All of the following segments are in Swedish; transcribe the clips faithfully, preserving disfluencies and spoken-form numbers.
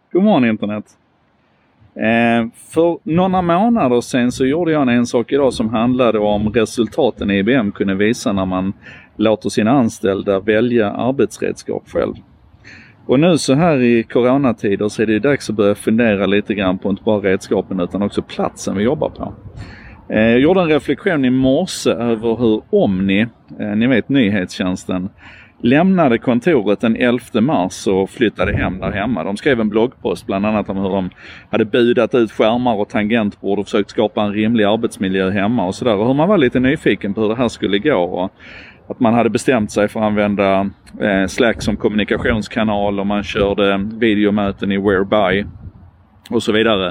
God morgon internet. Eh, för några månader sedan så gjorde jag en sak idag som handlade om resultaten I B M kunde visa när man låter sina anställda välja arbetsredskap själv. Och nu så här i coronatider så är det dags att börja fundera lite grann på inte bara redskapen utan också platsen vi jobbar på. Eh, jag gjorde en reflektion i morse över hur Omni, eh, ni vet nyhetstjänsten, lämnade kontoret den elfte mars och flyttade hem där hemma. De skrev en bloggpost bland annat om hur de hade budat ut skärmar och tangentbord och försökt skapa en rimlig arbetsmiljö hemma och sådär. Och hur man var lite nyfiken på hur det här skulle gå och att man hade bestämt sig för att använda eh, Slack som kommunikationskanal och man körde videomöten i Whereby och så vidare.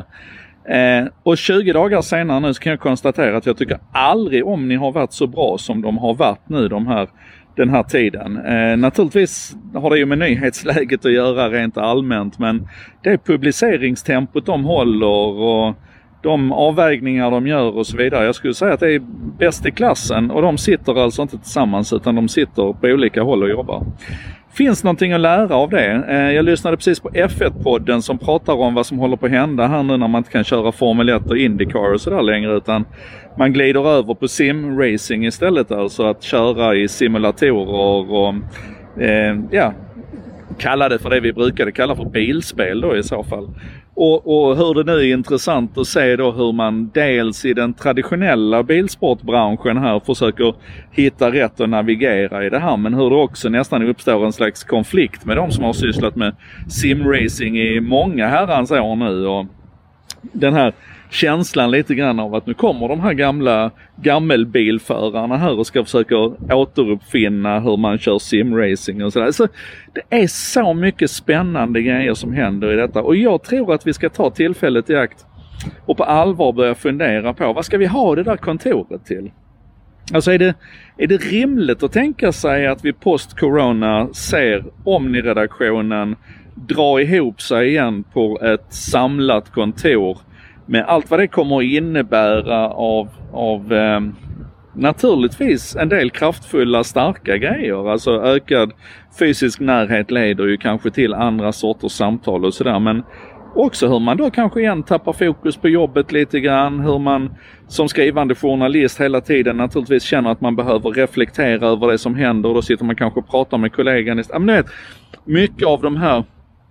Eh, och tjugo dagar senare nu så kan jag konstatera att jag tycker aldrig Omni har varit så bra som de har varit nu de här den här tiden. Eh, naturligtvis har det ju med nyhetsläget att göra rent allmänt, men det är publiceringstempot de håller och de avvägningar de gör och så vidare. Jag skulle säga att det är bäst i klassen och de sitter alltså inte tillsammans utan de sitter på olika håll och jobbar. Finns någonting att lära av det. Eh, jag lyssnade precis på F ett-podden som pratar om vad som håller på att hända här nu när man inte kan köra Formel ett och IndyCar och sådär längre utan man glider över på sim-racing istället, alltså att köra i simulatorer och eh, ja, kalla det för det vi brukade kalla för bilspel då i så fall. Och, och hur det nu är intressant att se då hur man dels i den traditionella bilsportbranschen här försöker hitta rätt att navigera i det här, men hur det också nästan uppstår en slags konflikt med de som har sysslat med simracing i många herrans år nu och den här känslan lite grann av att nu kommer de här gamla gammelbilförarna här och ska försöka återuppfinna hur man kör simracing och sådär. Så det är så mycket spännande grejer som händer i detta och jag tror att vi ska ta tillfället i akt och på allvar börja fundera på vad ska vi ha det där kontoret till? Alltså är det, är det rimligt att tänka sig att vi post-corona ser Omni-redaktionen dra ihop sig igen på ett samlat kontor med allt vad det kommer att innebära av, av eh, naturligtvis en del kraftfulla, starka grejer. Alltså ökad fysisk närhet leder ju kanske till andra sorters samtal och sådär. Men också hur man då kanske igen tappar fokus på jobbet lite grann. Hur man som skrivande journalist hela tiden naturligtvis känner att man behöver reflektera över det som händer. Och då sitter man kanske och pratar med kollegan. Ja, men du vet, mycket av de här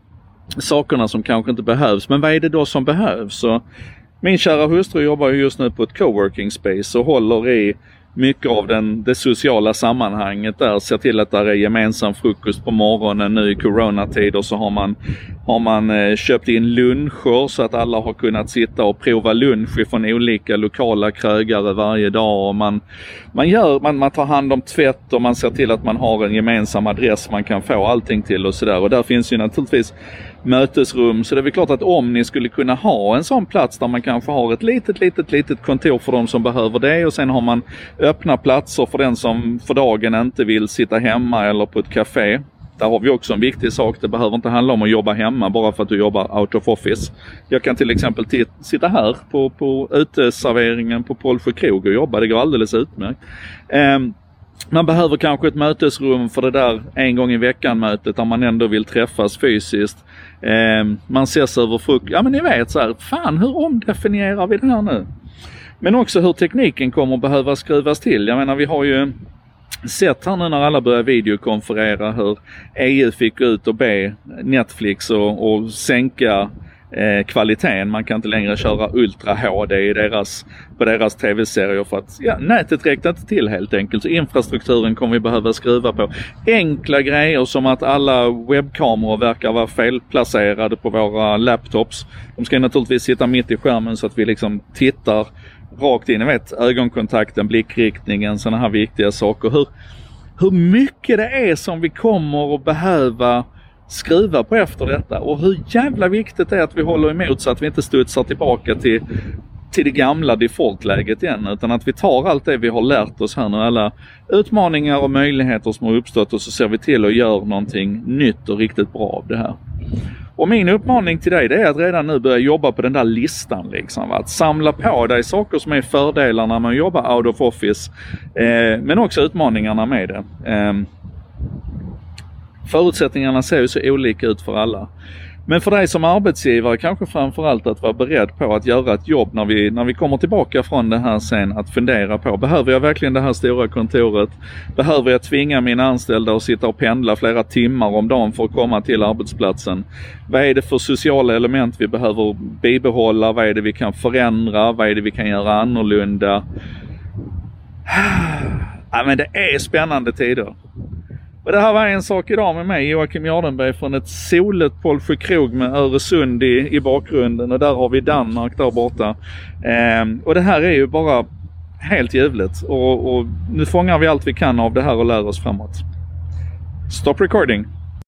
sakerna som kanske inte behövs. Men vad är det då som behövs? Så min kära hustru jobbar ju just nu på ett coworking space och håller i mycket av den, det sociala sammanhanget där. Ser till att det är gemensam frukost på morgonen. Nu i coronatider så har man, har man eh, köpt in luncher så att alla har kunnat sitta och prova lunch från olika lokala krögare varje dag. Och man, man, gör, man, man tar hand om tvätt och man ser till att man har en gemensam adress man kan få allting till och sådär. Och där finns ju naturligtvis mötesrum, så det är väl klart att om ni skulle kunna ha en sån plats där man kanske har ett litet, litet, litet kontor för de som behöver det och sen har man öppna platser för den som för dagen inte vill sitta hemma eller på ett café. Där har vi också en viktig sak, det behöver inte handla om att jobba hemma bara för att du jobbar out of office. Jag kan till exempel t- sitta här på, på uteserveringen på Polsjö krog och jobba, det går alldeles utmärkt. Um, Man behöver kanske ett mötesrum för det där en gång i veckan mötet där man ändå vill träffas fysiskt. Eh, man ses över frukost. Ja men ni vet så här, fan hur omdefinierar vi det här nu? Men också hur tekniken kommer att behöva skruvas till. Jag menar vi har ju sett här nu när alla börjar videokonferera hur E U fick ut och be Netflix och, och sänka Eh, kvaliteten. Man kan inte längre köra Ultra H D i deras, på deras tv-serier för att ja, nätet räckte inte till helt enkelt. Så infrastrukturen kommer vi behöva skruva på. Enkla grejer som att alla webbkameror verkar vara felplacerade på våra laptops. De ska naturligtvis sitta mitt i skärmen så att vi liksom tittar rakt in. Jag vet, ögonkontakten, blickriktningen, sådana här viktiga saker. Hur, hur mycket det är som vi kommer att behöva skruva på efter detta och hur jävla viktigt det är att vi håller emot så att vi inte studsar tillbaka till, till det gamla defaultläget igen utan att vi tar allt det vi har lärt oss här nu, alla utmaningar och möjligheter som har uppstått och så ser vi till att göra någonting nytt och riktigt bra av det här. Och min uppmaning till dig det är att redan nu börja jobba på den där listan liksom, va? Att samla på dig saker som är fördelarna när man jobbar out of office eh, men också utmaningarna med det. Eh, Förutsättningarna ser ju så olika ut för alla. Men för dig som arbetsgivare kanske framförallt att vara beredd på att göra ett jobb när vi, när vi kommer tillbaka från det här sen, att fundera på, behöver jag verkligen det här stora kontoret? Behöver jag tvinga mina anställda att sitta och pendla flera timmar om dagen för att komma till arbetsplatsen? Vad är det för sociala element vi behöver bibehålla? Vad är det vi kan förändra? Vad är det vi kan göra annorlunda? Ja, men det är spännande tider. Och det här var En sak idag med mig, Joakim Jardenberg, från ett soligt Pålsjökrog med Öresund i, i bakgrunden. Och där har vi Danmark där borta. Ehm, och det här är ju bara helt ljuvligt. Och, och nu fångar vi allt vi kan av det här och lär oss framåt. Stop recording.